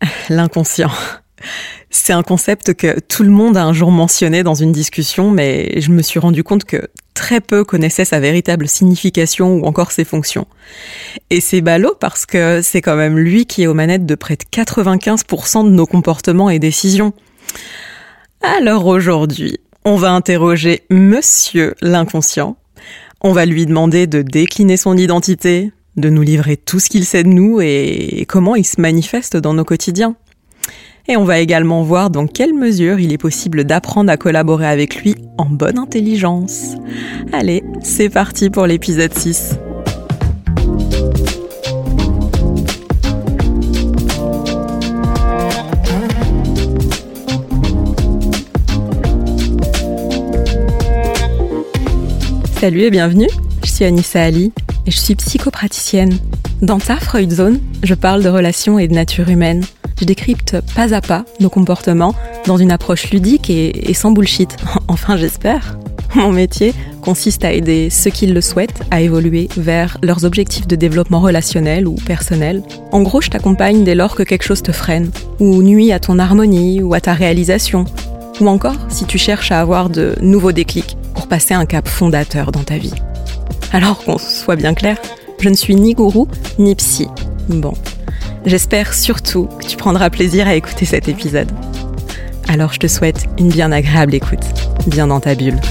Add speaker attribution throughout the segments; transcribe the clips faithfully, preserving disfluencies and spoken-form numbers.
Speaker 1: L'inconscient. C'est un concept que tout le monde a un jour mentionné dans une discussion, mais je me suis rendu compte que très peu connaissaient sa véritable signification ou encore ses fonctions. Et c'est ballot parce que c'est quand même lui qui est aux manettes de près de quatre-vingt-quinze pour cent de nos comportements et décisions. Alors aujourd'hui, on va interroger Monsieur l'inconscient. On va lui demander de décliner son identité, de nous livrer tout ce qu'il sait de nous et comment il se manifeste dans nos quotidiens. Et on va également voir dans quelle mesure il est possible d'apprendre à collaborer avec lui en bonne intelligence. Allez, c'est parti pour l'épisode six. Salut et bienvenue, je suis Anissa Ali et je suis psychopraticienne. Dans Ta Freud Zone, je parle de relations et de nature humaine. Je décrypte pas à pas nos comportements dans une approche ludique et, et sans bullshit. Enfin, j'espère. Mon métier consiste à aider ceux qui le souhaitent à évoluer vers leurs objectifs de développement relationnel ou personnel. En gros, je t'accompagne dès lors que quelque chose te freine, ou nuit à ton harmonie ou à ta réalisation. Ou encore, si tu cherches à avoir de nouveaux déclics pour passer un cap fondateur dans ta vie. Alors qu'on soit bien clair, je ne suis ni gourou, ni psy. Bon. J'espère surtout que tu prendras plaisir à écouter cet épisode. Alors je te souhaite une bien agréable écoute, bien dans ta bulle.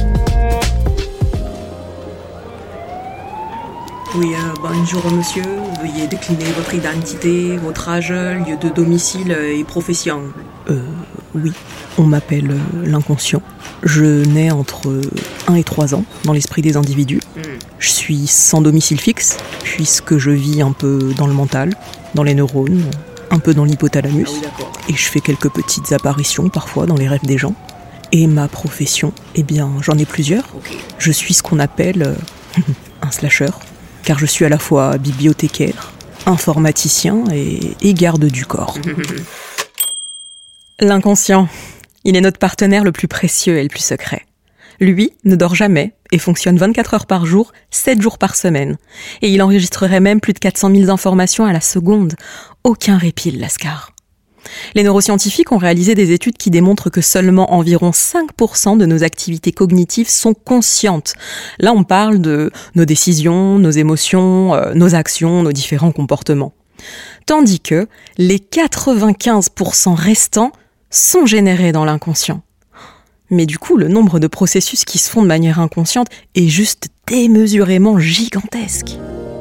Speaker 2: Oui, euh, bonjour monsieur, veuillez décliner votre identité, votre âge, lieu de domicile et profession.
Speaker 1: Euh, oui, on m'appelle euh, l'inconscient. Je nais entre un et trois ans dans l'esprit des individus. Mm. Je suis sans domicile fixe, puisque je vis un peu dans le mental, dans les neurones, un peu dans l'hypothalamus.
Speaker 2: Ah oui, d'accord.
Speaker 1: Et je fais quelques petites apparitions parfois dans les rêves des gens. Et ma profession, eh bien, j'en ai plusieurs.
Speaker 2: Okay.
Speaker 1: Je suis ce qu'on appelle euh, un slasher, car je suis à la fois bibliothécaire, informaticien et, et garde du corps. L'inconscient, il est notre partenaire le plus précieux et le plus secret. Lui ne dort jamais et fonctionne vingt-quatre heures par jour, sept jours par semaine. Et il enregistrerait même plus de quatre cent mille informations à la seconde. Aucun répit, le lascar. Les neuroscientifiques ont réalisé des études qui démontrent que seulement environ cinq pour cent de nos activités cognitives sont conscientes. Là, on parle de nos décisions, nos émotions, euh, nos actions, nos différents comportements. Tandis que les quatre-vingt-quinze pour cent restants sont générés dans l'inconscient. Mais du coup, le nombre de processus qui se font de manière inconsciente est juste démesurément gigantesque.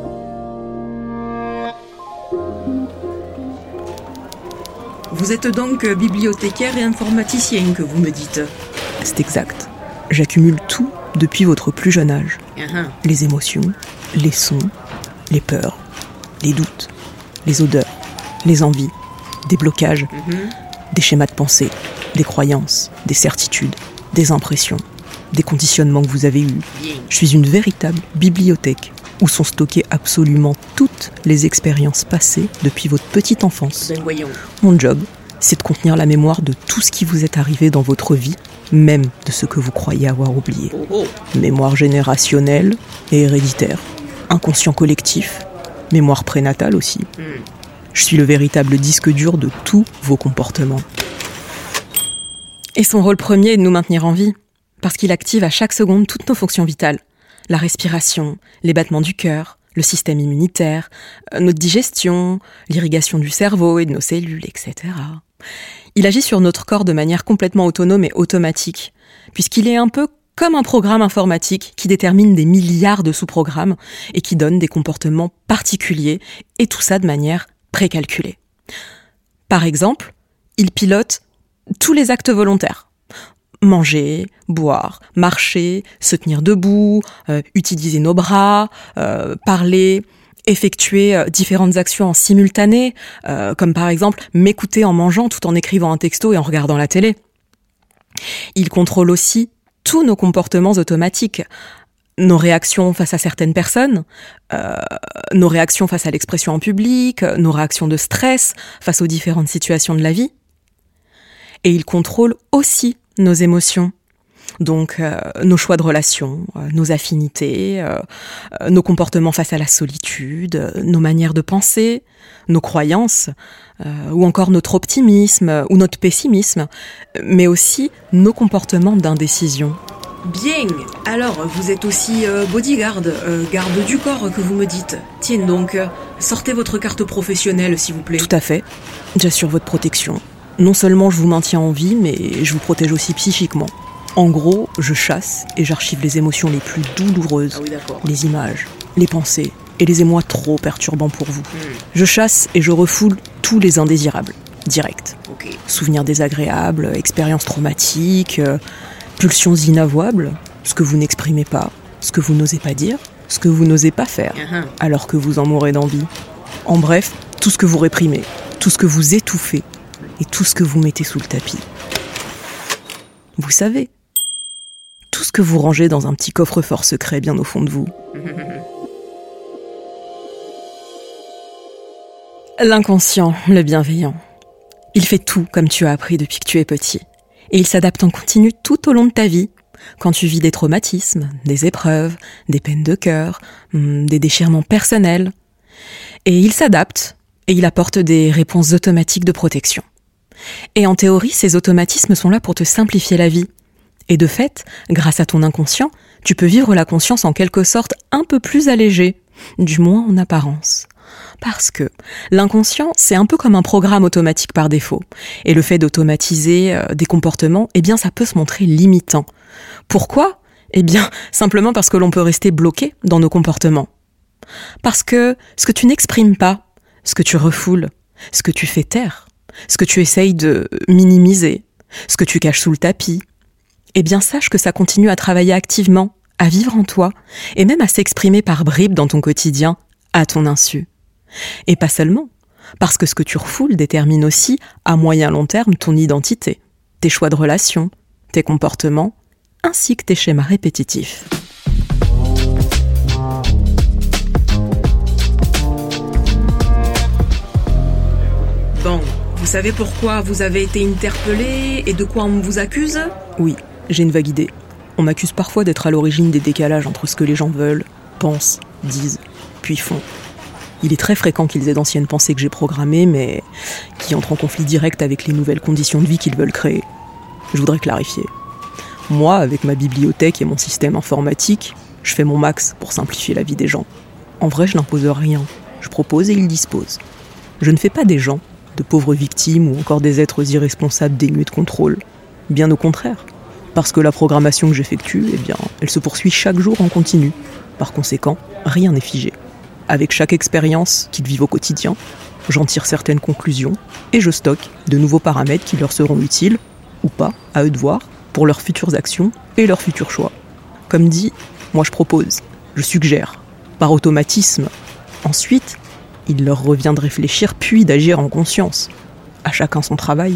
Speaker 2: Vous êtes donc bibliothécaire et informaticien, que vous me dites.
Speaker 1: C'est exact. J'accumule tout depuis votre plus jeune âge.
Speaker 2: Uh-huh.
Speaker 1: Les émotions, les sons, les peurs, les doutes, les odeurs, les envies, des blocages, uh-huh. des schémas de pensée, des croyances, des certitudes, des impressions, des conditionnements que vous avez eus.
Speaker 2: Bien.
Speaker 1: Je suis une véritable bibliothèque où sont stockées absolument toutes les expériences passées depuis votre petite enfance.
Speaker 2: Ben voyons.
Speaker 1: Mon job, c'est de contenir la mémoire de tout ce qui vous est arrivé dans votre vie, même de ce que vous croyez avoir oublié.
Speaker 2: Oh oh.
Speaker 1: Mémoire générationnelle et héréditaire, inconscient collectif, mémoire prénatale aussi.
Speaker 2: Mm.
Speaker 1: Je suis le véritable disque dur de tous vos comportements. Et son rôle premier est de nous maintenir en vie, parce qu'il active à chaque seconde toutes nos fonctions vitales. La respiration, les battements du cœur, le système immunitaire, notre digestion, l'irrigation du cerveau et de nos cellules, et cetera. Il agit sur notre corps de manière complètement autonome et automatique, puisqu'il est un peu comme un programme informatique qui détermine des milliards de sous-programmes et qui donne des comportements particuliers, et tout ça de manière précalculée. Par exemple, il pilote tous les actes volontaires. Manger, boire, marcher, se tenir debout, euh, utiliser nos bras, euh, parler, effectuer euh, différentes actions en simultané, euh, comme par exemple m'écouter en mangeant tout en écrivant un texto et en regardant la télé. Il contrôle aussi tous nos comportements automatiques, nos réactions face à certaines personnes, euh, nos réactions face à l'expression en public, nos réactions de stress face aux différentes situations de la vie. Et il contrôle aussi nos émotions. Donc euh, nos choix de relations, euh, nos affinités, euh, euh, nos comportements face à la solitude, euh, nos manières de penser, nos croyances, euh, ou encore notre optimisme euh, ou notre pessimisme, mais aussi nos comportements d'indécision.
Speaker 2: Bien, alors vous êtes aussi euh, bodyguard, euh, garde du corps que vous me dites. Tiens donc, euh, sortez votre carte professionnelle s'il vous plaît.
Speaker 1: Tout à fait, j'assure votre protection. Non seulement je vous maintiens en vie, mais je vous protège aussi psychiquement. En gros, je chasse et j'archive les émotions les plus douloureuses,
Speaker 2: Ah oui, d'accord.
Speaker 1: les images, les pensées et les émois trop perturbants pour vous.
Speaker 2: Hmm,
Speaker 1: Je chasse et je refoule tous les indésirables, direct.
Speaker 2: ok.
Speaker 1: Souvenirs désagréables, expériences traumatiques, euh, pulsions inavouables, ce que vous n'exprimez pas, ce que vous n'osez pas dire, ce que vous n'osez pas faire,
Speaker 2: Uh-huh.
Speaker 1: alors que vous en mourrez d'envie. En bref, tout ce que vous réprimez, tout ce que vous étouffez et tout ce que vous mettez sous le tapis. Vous savez, tout ce que vous rangez dans un petit coffre-fort secret bien au fond de vous. L'inconscient, le bienveillant. Il fait tout comme tu as appris depuis que tu es petit. Et il s'adapte en continu tout au long de ta vie. Quand tu vis des traumatismes, des épreuves, des peines de cœur, hum, des déchirements personnels. Et il s'adapte et il apporte des réponses automatiques de protection. Et en théorie, ces automatismes sont là pour te simplifier la vie. Et de fait, grâce à ton inconscient, tu peux vivre la conscience en quelque sorte un peu plus allégée, du moins en apparence. Parce que l'inconscient, c'est un peu comme un programme automatique par défaut. Et le fait d'automatiser euh, des comportements, eh bien, ça peut se montrer limitant. Pourquoi ? Eh bien, simplement parce que l'on peut rester bloqué dans nos comportements. Parce que ce que tu n'exprimes pas, ce que tu refoules, ce que tu fais taire, ce que tu essayes de minimiser, ce que tu caches sous le tapis, eh bien, sache que ça continue à travailler activement, à vivre en toi, et même à s'exprimer par bribes dans ton quotidien, à ton insu. Et pas seulement, parce que ce que tu refoules détermine aussi, à moyen long terme, ton identité, tes choix de relations, tes comportements, ainsi que tes schémas répétitifs.
Speaker 2: Bon, vous savez pourquoi vous avez été interpellé et de quoi on vous accuse ?
Speaker 1: Oui, j'ai une vague idée. On m'accuse parfois d'être à l'origine des décalages entre ce que les gens veulent, pensent, disent, puis font. Il est très fréquent qu'ils aient d'anciennes pensées que j'ai programmées, mais qui entrent en conflit direct avec les nouvelles conditions de vie qu'ils veulent créer. Je voudrais clarifier. Moi, avec ma bibliothèque et mon système informatique, je fais mon max pour simplifier la vie des gens. En vrai, je n'impose rien. Je propose et ils disposent. Je ne fais pas des gens, de pauvres victimes ou encore des êtres irresponsables dénués de contrôle. Bien au contraire. Parce que la programmation que j'effectue, eh bien, elle se poursuit chaque jour en continu. Par conséquent, rien n'est figé. Avec chaque expérience qu'ils vivent au quotidien, j'en tire certaines conclusions et je stocke de nouveaux paramètres qui leur seront utiles, ou pas, à eux de voir, pour leurs futures actions et leurs futurs choix. Comme dit, moi je propose, je suggère, par automatisme. Ensuite, il leur revient de réfléchir puis d'agir en conscience. À chacun son travail.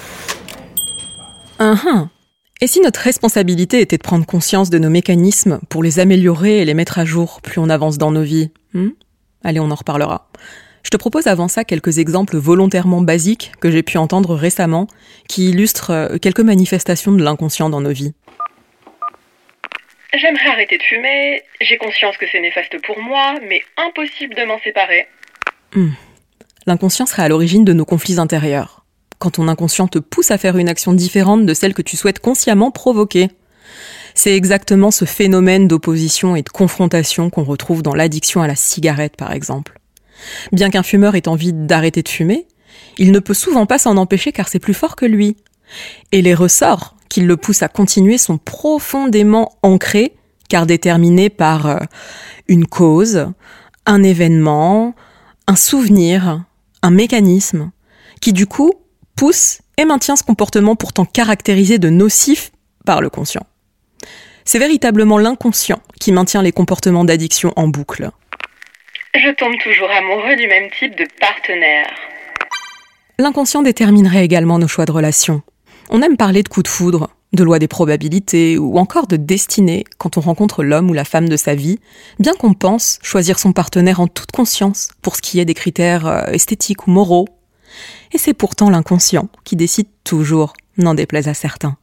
Speaker 1: Uh-huh. Et si notre responsabilité était de prendre conscience de nos mécanismes pour les améliorer et les mettre à jour plus on avance dans nos vies hmm Allez, on en reparlera. Je te propose avant ça quelques exemples volontairement basiques que j'ai pu entendre récemment qui illustrent quelques manifestations de l'inconscient dans nos vies.
Speaker 3: J'aimerais arrêter de fumer, j'ai conscience que c'est néfaste pour moi, mais impossible de m'en séparer.
Speaker 1: Hmm. L'inconscient serait à l'origine de nos conflits intérieurs. Quand ton inconscient te pousse à faire une action différente de celle que tu souhaites consciemment provoquer. C'est exactement ce phénomène d'opposition et de confrontation qu'on retrouve dans l'addiction à la cigarette, par exemple. Bien qu'un fumeur ait envie d'arrêter de fumer, il ne peut souvent pas s'en empêcher car c'est plus fort que lui. Et les ressorts qui le poussent à continuer sont profondément ancrés, car déterminés par euh, une cause, un événement, un souvenir, un mécanisme, qui du coup pousse et maintient ce comportement pourtant caractérisé de nocif par le conscient. C'est véritablement l'inconscient qui maintient les comportements d'addiction en boucle.
Speaker 3: Je tombe toujours amoureux du même type de partenaire.
Speaker 1: L'inconscient déterminerait également nos choix de relations. On aime parler de coup de foudre, de loi des probabilités ou encore de destinée quand on rencontre l'homme ou la femme de sa vie, bien qu'on pense choisir son partenaire en toute conscience pour ce qui est des critères esthétiques ou moraux. Et c'est pourtant l'inconscient qui décide toujours, n'en déplaise à certains.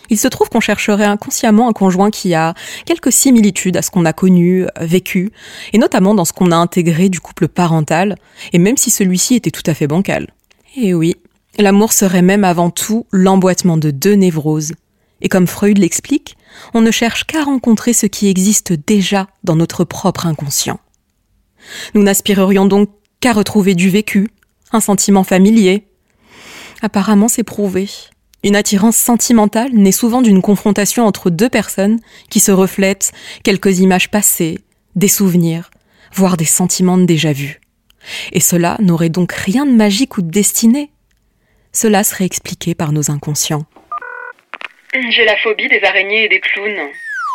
Speaker 1: Il se trouve qu'on chercherait inconsciemment un conjoint qui a quelques similitudes à ce qu'on a connu, vécu, et notamment dans ce qu'on a intégré du couple parental, et même si celui-ci était tout à fait bancal. Et oui, l'amour serait même avant tout l'emboîtement de deux névroses. Et comme Freud l'explique, on ne cherche qu'à rencontrer ce qui existe déjà dans notre propre inconscient. Nous n'aspirerions donc qu'à retrouver du vécu, un sentiment familier. Apparemment, c'est prouvé. Une attirance sentimentale naît souvent d'une confrontation entre deux personnes qui se reflètent quelques images passées, des souvenirs, voire des sentiments déjà vus. Et cela n'aurait donc rien de magique ou de destiné. Cela serait expliqué par nos inconscients.
Speaker 3: J'ai la phobie des araignées et des clowns.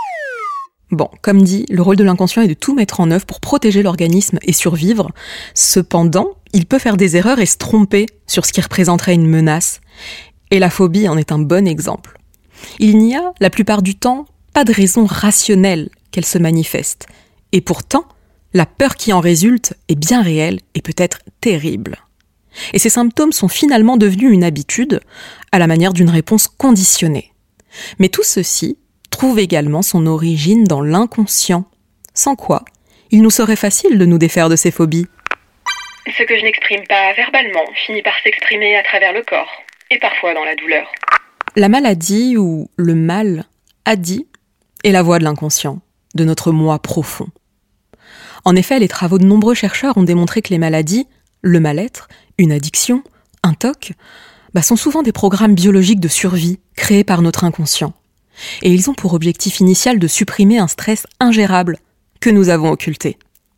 Speaker 1: Bon, comme dit, le rôle de l'inconscient est de tout mettre en œuvre pour protéger l'organisme et survivre. Cependant, il peut faire des erreurs et se tromper sur ce qui représenterait une menace. Et la phobie en est un bon exemple. Il n'y a, la plupart du temps, pas de raison rationnelle qu'elle se manifeste. Et pourtant, la peur qui en résulte est bien réelle et peut-être terrible. Et ces symptômes sont finalement devenus une habitude, à la manière d'une réponse conditionnée. Mais tout ceci trouve également son origine dans l'inconscient, sans quoi il nous serait facile de nous défaire de ces phobies.
Speaker 3: Ce que je n'exprime pas verbalement finit par s'exprimer à travers le corps, et parfois dans la douleur.
Speaker 1: La maladie ou le mal a dit est la voix de l'inconscient, de notre moi profond. En effet, les travaux de nombreux chercheurs ont démontré que les maladies, le mal-être, une addiction, un T O C, bah, sont souvent des programmes biologiques de survie créés par notre inconscient. Et ils ont pour objectif initial de supprimer un stress ingérable que nous avons occulté.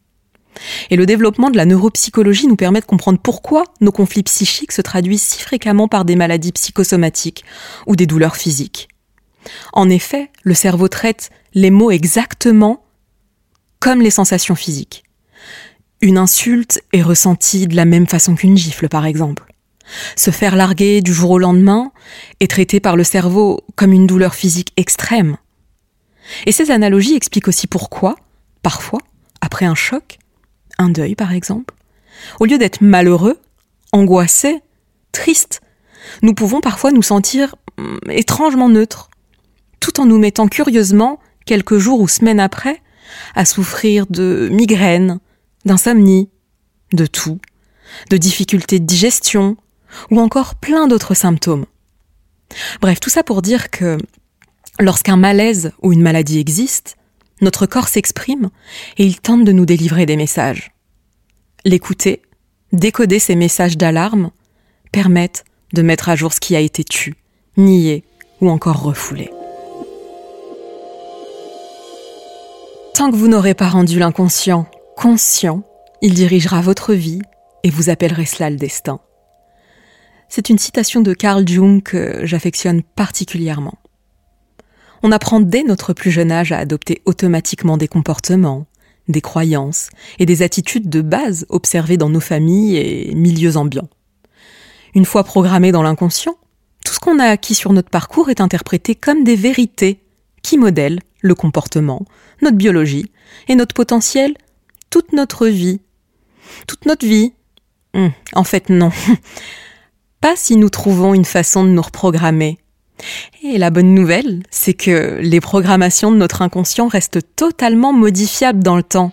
Speaker 1: Et le développement de la neuropsychologie nous permet de comprendre pourquoi nos conflits psychiques se traduisent si fréquemment par des maladies psychosomatiques ou des douleurs physiques. En effet, le cerveau traite les mots exactement comme les sensations physiques. Une insulte est ressentie de la même façon qu'une gifle, par exemple. Se faire larguer du jour au lendemain est traité par le cerveau comme une douleur physique extrême. Et ces analogies expliquent aussi pourquoi, parfois, après un choc, un deuil par exemple, au lieu d'être malheureux, angoissé, triste, nous pouvons parfois nous sentir hum, étrangement neutres, tout en nous mettant curieusement, quelques jours ou semaines après, à souffrir de migraines, d'insomnie, de toux, de difficultés de digestion, ou encore plein d'autres symptômes. Bref, tout ça pour dire que lorsqu'un malaise ou une maladie existe, notre corps s'exprime et il tente de nous délivrer des messages. L'écouter, décoder ces messages d'alarme, permettent de mettre à jour ce qui a été tu, nié ou encore refoulé. Tant que vous n'aurez pas rendu l'inconscient conscient, il dirigera votre vie et vous appellerez cela le destin. C'est une citation de Carl Jung que j'affectionne particulièrement. On apprend dès notre plus jeune âge à adopter automatiquement des comportements, des croyances et des attitudes de base observées dans nos familles et milieux ambiants. Une fois programmé dans l'inconscient, tout ce qu'on a acquis sur notre parcours est interprété comme des vérités qui modèlent le comportement, notre biologie et notre potentiel, toute notre vie. Toute notre vie hum, En fait, non. Pas si nous trouvons une façon de nous reprogrammer. Et la bonne nouvelle, c'est que les programmations de notre inconscient restent totalement modifiables dans le temps.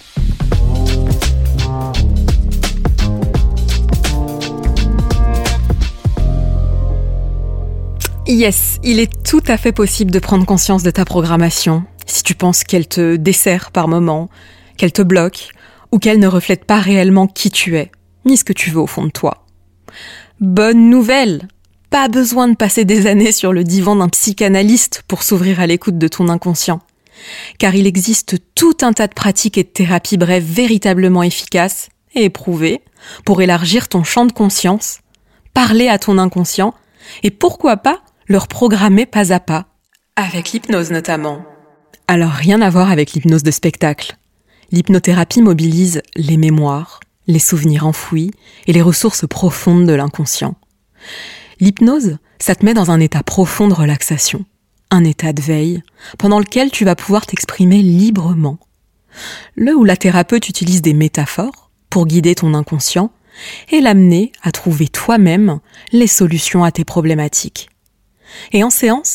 Speaker 1: Yes, il est tout à fait possible de prendre conscience de ta programmation, si tu penses qu'elle te dessert par moments, qu'elle te bloque, ou qu'elle ne reflète pas réellement qui tu es, ni ce que tu veux au fond de toi. Bonne nouvelle! Pas besoin de passer des années sur le divan d'un psychanalyste pour s'ouvrir à l'écoute de ton inconscient. Car il existe tout un tas de pratiques et de thérapies brèves véritablement efficaces et éprouvées pour élargir ton champ de conscience, parler à ton inconscient et pourquoi pas le reprogrammer pas à pas, avec l'hypnose notamment. Alors rien à voir avec l'hypnose de spectacle. L'hypnothérapie mobilise les mémoires, les souvenirs enfouis et les ressources profondes de l'inconscient. L'hypnose, ça te met dans un état profond de relaxation, un état de veille, pendant lequel tu vas pouvoir t'exprimer librement. Là où la thérapeute utilise des métaphores pour guider ton inconscient et l'amener à trouver toi-même les solutions à tes problématiques. Et en séance,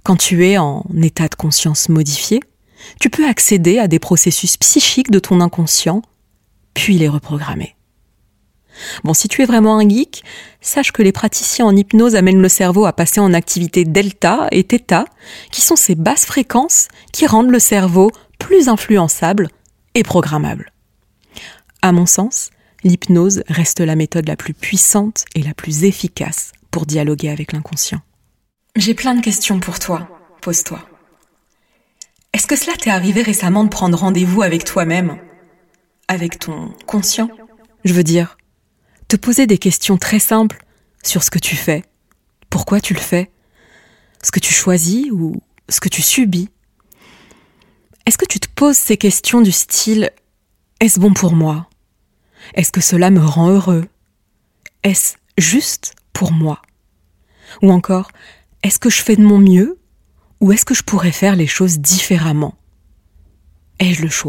Speaker 1: Quand tu es en état de conscience modifié, tu peux accéder à des processus psychiques de ton inconscient, puis les reprogrammer. Bon, si tu es vraiment un geek, sache que les praticiens en hypnose amènent le cerveau à passer en activité delta et theta, qui sont ces basses fréquences qui rendent le cerveau plus influençable et programmable. À mon sens, l'hypnose reste la méthode la plus puissante et la plus efficace pour dialoguer avec l'inconscient. J'ai plein de questions pour toi. Pose-toi. Est-ce que cela t'est arrivé récemment de prendre rendez-vous avec toi-même ? Avec ton conscient ? Je veux dire, te poser des questions très simples sur ce que tu fais, pourquoi tu le fais, ce que tu choisis ou ce que tu subis. Est-ce que tu te poses ces questions du style « Est-ce bon pour moi ? Est-ce que cela me rend heureux ? Est-ce juste pour moi ? Ou encore, est-ce que je fais de mon mieux ? Ou est-ce que je pourrais faire les choses différemment ? Ai-je le choix ?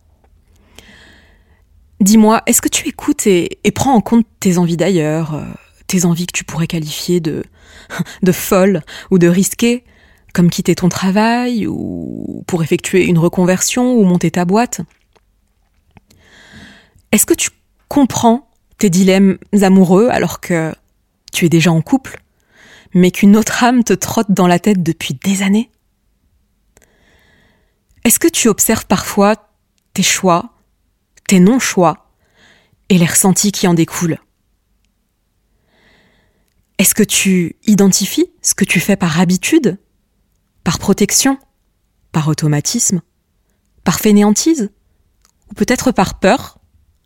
Speaker 1: Dis-moi, est-ce que tu écoutes et, et prends en compte tes envies d'ailleurs, euh, tes envies que tu pourrais qualifier de, de folles ou de risquées, comme quitter ton travail ou pour effectuer une reconversion ou monter ta boîte ? Est-ce que tu comprends tes dilemmes amoureux alors que tu es déjà en couple, mais qu'une autre âme te trotte dans la tête depuis des années ? Est-ce que tu observes parfois tes choix, tes non-choix et les ressentis qui en découlent ? Est-ce que tu identifies ce que tu fais par habitude, par protection, par automatisme, par fainéantise ou peut-être par peur ?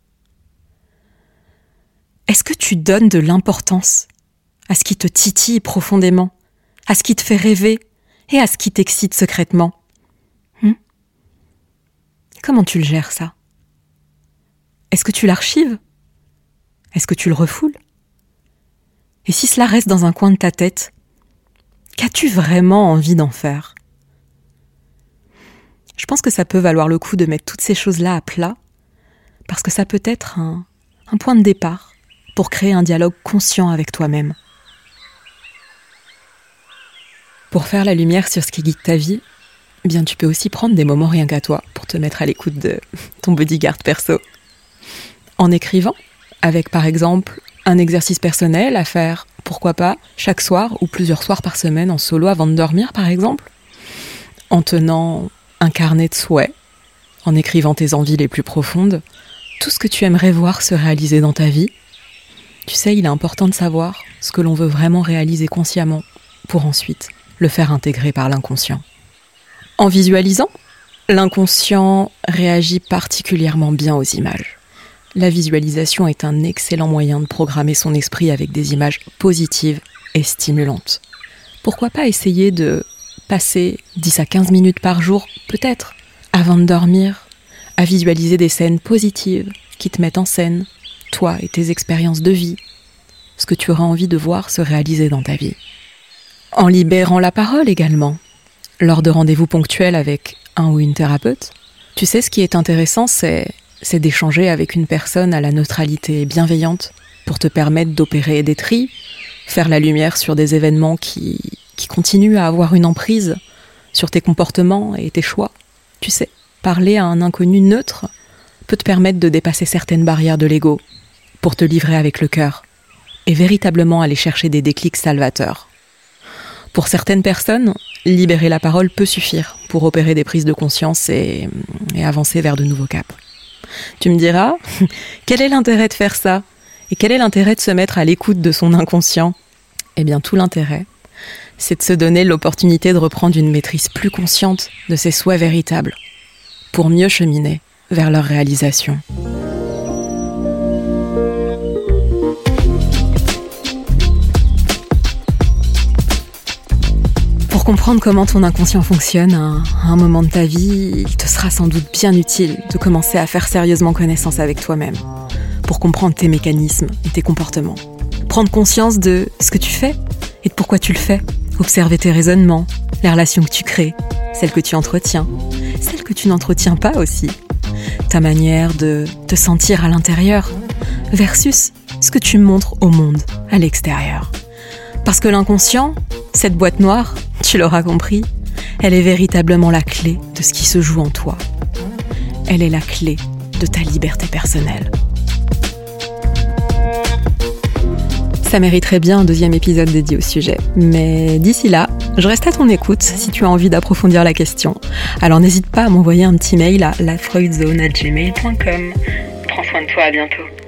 Speaker 1: Est-ce que tu donnes de l'importance à ce qui te titille profondément, à ce qui te fait rêver et à ce qui t'excite secrètement ? hmm Comment tu le gères ça ? Est-ce que tu l'archives ? Est-ce que tu le refoules ? Et si cela reste dans un coin de ta tête, qu'as-tu vraiment envie d'en faire ? Je pense que ça peut valoir le coup de mettre toutes ces choses-là à plat, parce que ça peut être un, un point de départ pour créer un dialogue conscient avec toi-même. Pour faire la lumière sur ce qui guide ta vie, eh bien tu peux aussi prendre des moments rien qu'à toi pour te mettre à l'écoute de ton bodyguard perso. En écrivant, avec par exemple un exercice personnel à faire, pourquoi pas, chaque soir ou plusieurs soirs par semaine en solo avant de dormir par exemple. En tenant un carnet de souhaits, en écrivant tes envies les plus profondes, tout ce que tu aimerais voir se réaliser dans ta vie. Tu sais, il est important de savoir ce que l'on veut vraiment réaliser consciemment pour ensuite le faire intégrer par l'inconscient. En visualisant, l'inconscient réagit particulièrement bien aux images. La visualisation est un excellent moyen de programmer son esprit avec des images positives et stimulantes. Pourquoi pas essayer de passer dix à quinze minutes par jour, peut-être, avant de dormir, à visualiser des scènes positives qui te mettent en scène, toi et tes expériences de vie, ce que tu auras envie de voir se réaliser dans ta vie. En libérant la parole également, lors de rendez-vous ponctuels avec un ou une thérapeute, tu sais, ce qui est intéressant, c'est, c'est d'échanger avec une personne à la neutralité bienveillante pour te permettre d'opérer des tris, faire la lumière sur des événements qui, qui continuent à avoir une emprise sur tes comportements et tes choix. Tu sais, parler à un inconnu neutre peut te permettre de dépasser certaines barrières de l'ego pour te livrer avec le cœur et véritablement aller chercher des déclics salvateurs. Pour certaines personnes, libérer la parole peut suffire pour opérer des prises de conscience et, et avancer vers de nouveaux caps. Tu me diras, quel est l'intérêt de faire ça ? Et quel est l'intérêt de se mettre à l'écoute de son inconscient ? Eh bien, tout l'intérêt, c'est de se donner l'opportunité de reprendre une maîtrise plus consciente de ses souhaits véritables, pour mieux cheminer vers leur réalisation. Pour comprendre comment ton inconscient fonctionne à un moment de ta vie, il te sera sans doute bien utile de commencer à faire sérieusement connaissance avec toi-même, pour comprendre tes mécanismes et tes comportements. Prendre conscience de ce que tu fais et de pourquoi tu le fais. Observer tes raisonnements, les relations que tu crées, celles que tu entretiens, celles que tu n'entretiens pas aussi. Ta manière de te sentir à l'intérieur versus ce que tu montres au monde, à l'extérieur. Parce que l'inconscient, cette boîte noire, Tu l'auras compris, elle est véritablement la clé de ce qui se joue en toi. Elle est la clé de ta liberté personnelle. Ça mériterait bien un deuxième épisode dédié au sujet. Mais d'ici là, je reste à ton écoute si tu as envie d'approfondir la question. Alors n'hésite pas à m'envoyer un petit mail à lafreudzone arobase gmail point com.
Speaker 3: Prends soin de toi, à bientôt.